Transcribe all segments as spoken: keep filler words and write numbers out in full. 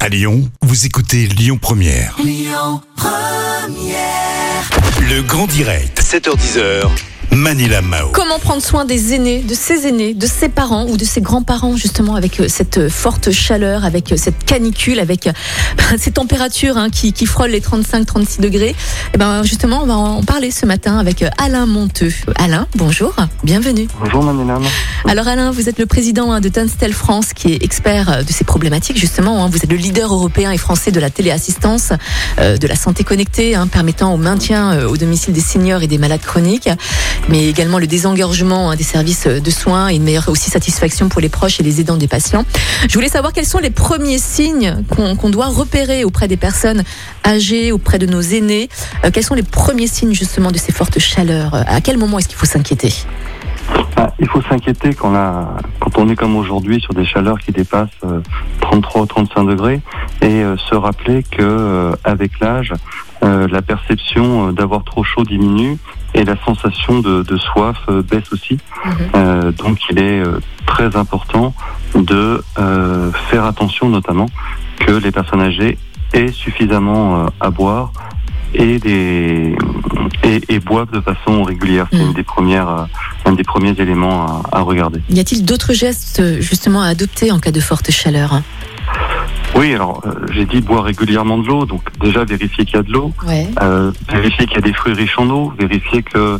À Lyon, vous écoutez Lyon Première. Lyon Première. Le grand direct, sept heures dix, Manila Mao. Comment prendre soin des aînés, de ses aînés, de ses parents ou de ses grands-parents, justement, avec cette forte chaleur, avec cette canicule, avec ces températures hein, qui, qui frôlent les trente-cinq à trente-six degrés. Et ben justement, on va en parler ce matin avec Alain Monteux. Alain, bonjour, bienvenue. Bonjour Manila. Alors Alain, vous êtes le président hein, de Tunstall France, qui est expert de ces problématiques, justement. Hein. Vous êtes le leader européen et français de la téléassistance, euh, de la santé connectée, hein, permettant au maintien euh, au domicile des seniors et des malades chroniques, mais également le désengorgement hein, des services de soins et une meilleure aussi satisfaction pour les proches et les aidants des patients. Je voulais savoir quels sont les premiers signes qu'on, qu'on doit repérer auprès des personnes âgées, auprès de nos aînés. Euh, quels sont les premiers signes justement de ces fortes chaleurs? À quel moment est-ce qu'il faut s'inquiéter? Ah, il faut s'inquiéter quand, la, quand on est comme aujourd'hui sur des chaleurs qui dépassent euh, trente-trois ou trente-cinq degrés et euh, se rappeler que euh, avec l'âge, euh, la perception euh, d'avoir trop chaud diminue et la sensation de, de soif euh, baisse aussi. Mmh. Euh, donc il est euh, très important de euh, faire attention notamment que les personnes âgées aient suffisamment euh, à boire et, des, et, et boivent de façon régulière. C'est mmh. une des premières, euh, un des premiers éléments à, à regarder. Y a-t-il d'autres gestes justement à adopter en cas de forte chaleur? Oui, alors euh, j'ai dit boire régulièrement de l'eau, donc déjà vérifier qu'il y a de l'eau, ouais. euh, vérifier qu'il y a des fruits riches en eau, vérifier que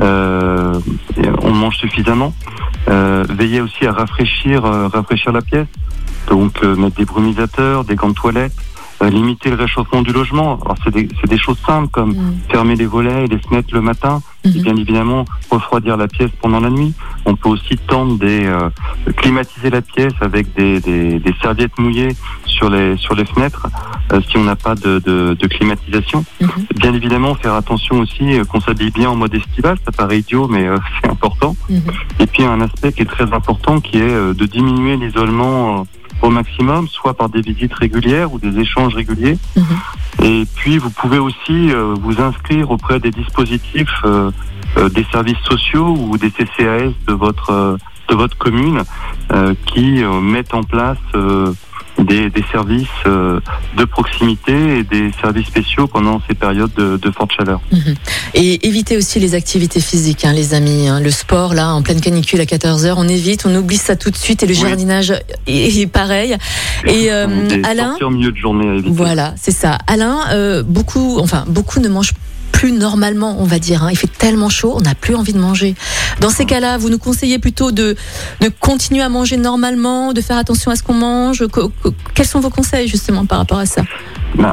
euh, on mange suffisamment, euh, veiller aussi à rafraîchir, euh, rafraîchir la pièce, donc euh, mettre des brumisateurs, des gants de toilette, euh, limiter le réchauffement du logement. Alors c'est des, c'est des choses simples comme mmh. fermer les volets et les fenêtres le matin, mmh. et bien évidemment refroidir la pièce pendant la nuit. On peut aussi tendre des euh, climatiser la pièce avec des, des, des serviettes mouillées sur les sur les fenêtres euh, si on n'a pas de, de, de climatisation. Mmh. Bien évidemment, faire attention aussi euh, qu'on s'habille bien en mode estival. Ça paraît idiot, mais euh, c'est important. Mmh. Et puis un aspect qui est très important, qui est euh, de diminuer l'isolement euh, au maximum, soit par des visites régulières ou des échanges réguliers. Mmh. Et puis vous pouvez aussi euh, vous inscrire auprès des dispositifs euh, euh, des services sociaux ou des C C A S de votre euh, de votre commune euh, qui euh, mettent en place euh, Des, des services euh, de proximité et des services spéciaux pendant ces périodes de, de forte chaleur. Mmh. Et éviter aussi les activités physiques, hein, les amis. Hein. Le sport, là, en pleine canicule à quatorze heures, on évite, on oublie ça tout de suite. Et le oui. jardinage est, est pareil. Et euh, Alain, sortir au milieu de journée à éviter. Voilà, c'est ça. Alain, euh, beaucoup, enfin, beaucoup ne mangent plus normalement, on va dire. Hein. Il fait tellement chaud, on n'a plus envie de manger. Dans ces cas-là, vous nous conseillez plutôt de, de continuer à manger normalement, de faire attention à ce qu'on mange. Quels sont vos conseils justement par rapport à ça? Ben,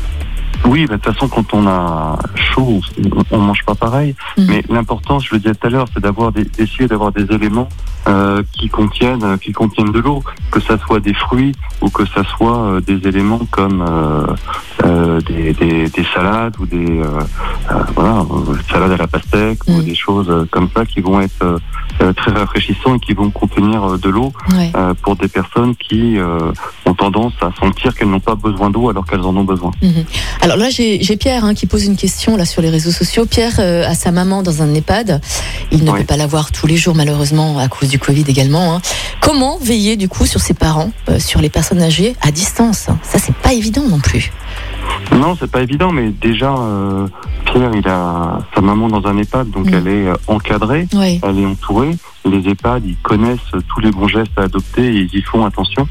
oui, bah, de toute façon, quand on a chaud, on ne mange pas pareil. Mmh. Mais l'important, je le disais tout à l'heure, c'est d'avoir des, d'essayer d'avoir des éléments euh, qui contiennent, qui contiennent de l'eau, que ça soit des fruits ou que ça soit euh, des éléments comme euh, euh, des, des, des salades ou des euh, euh, voilà, salades à la pastèque mmh. ou des choses comme ça qui vont être euh, très rafraîchissants et qui vont contenir de l'eau ouais. euh, pour des personnes qui euh, ont tendance à sentir qu'elles n'ont pas besoin d'eau alors qu'elles en ont besoin. Mmh. Alors là, j'ai, j'ai Pierre hein, qui pose une question là sur les réseaux sociaux. Pierre euh, a sa maman dans un EHPAD. Il ne oui. peut pas la voir tous les jours malheureusement à cause du Covid également. Hein. Comment veiller du coup sur ses parents, euh, sur les personnes âgées à distance? Ça, c'est pas évident non plus. Non, c'est pas évident, mais déjà, euh, Pierre, il a sa maman dans un EHPAD, donc mmh. elle est euh, encadrée, oui. elle est entourée. Les EHPAD, ils connaissent tous les bons gestes à adopter et ils y font attention.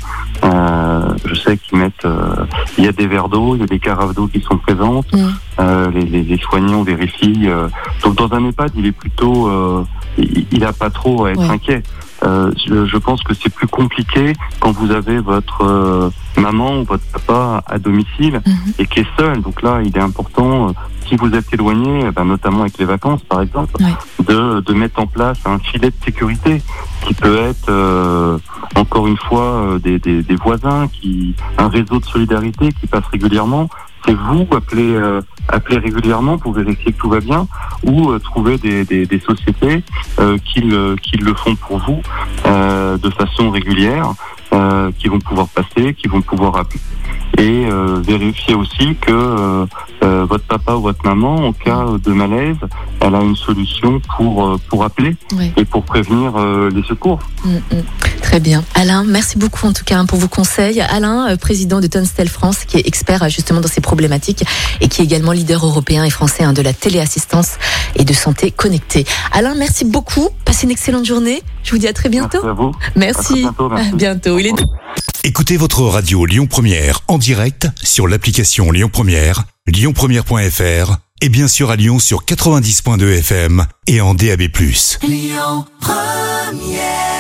Euh, je sais qu'ils mettent, euh, il y a des verres d'eau, il y a des carafes d'eau qui sont présentes. Mmh. Euh, les, les, les soignants vérifient. Euh, donc dans un EHPAD, il est plutôt, euh, il n'a pas trop à être ouais. inquiet. Euh, je, je pense que c'est plus compliqué quand vous avez votre euh, maman ou votre papa à domicile mmh. et qui est seul. Donc là, il est important, euh, si vous êtes éloigné, ben, notamment avec les vacances par exemple, ouais. de, de mettre en place un filet de sécurité qui peut être euh, encore une fois euh, des, des, des voisins, qui un réseau de solidarité qui passe régulièrement. C'est vous appelez euh, appelez régulièrement pour vérifier que tout va bien, ou euh, trouver des, des, des sociétés euh, qui le qui le font pour vous euh, de façon régulière, euh, qui vont pouvoir passer, qui vont pouvoir appeler. Et euh, vérifier aussi que euh, euh, votre papa ou votre maman, en cas de malaise, elle a une solution pour euh, pour appeler oui. et pour prévenir euh, les secours. Mmh, mmh. Très bien. Alain, merci beaucoup en tout cas pour vos conseils. Alain, président de Tunstall France, qui est expert justement dans ces problématiques et qui est également leader européen et français hein, de la téléassistance et de santé connectée. Alain, merci beaucoup. Passez une excellente journée. Je vous dis à très bientôt. Merci à vous. Merci. À bientôt, merci. À bientôt. Il est... Écoutez votre radio Lyon Première en direct sur l'application Lyon Première, lyon première point f r et bien sûr à Lyon sur quatre-vingt-dix point deux F M et en D A B plus. Lyon Première.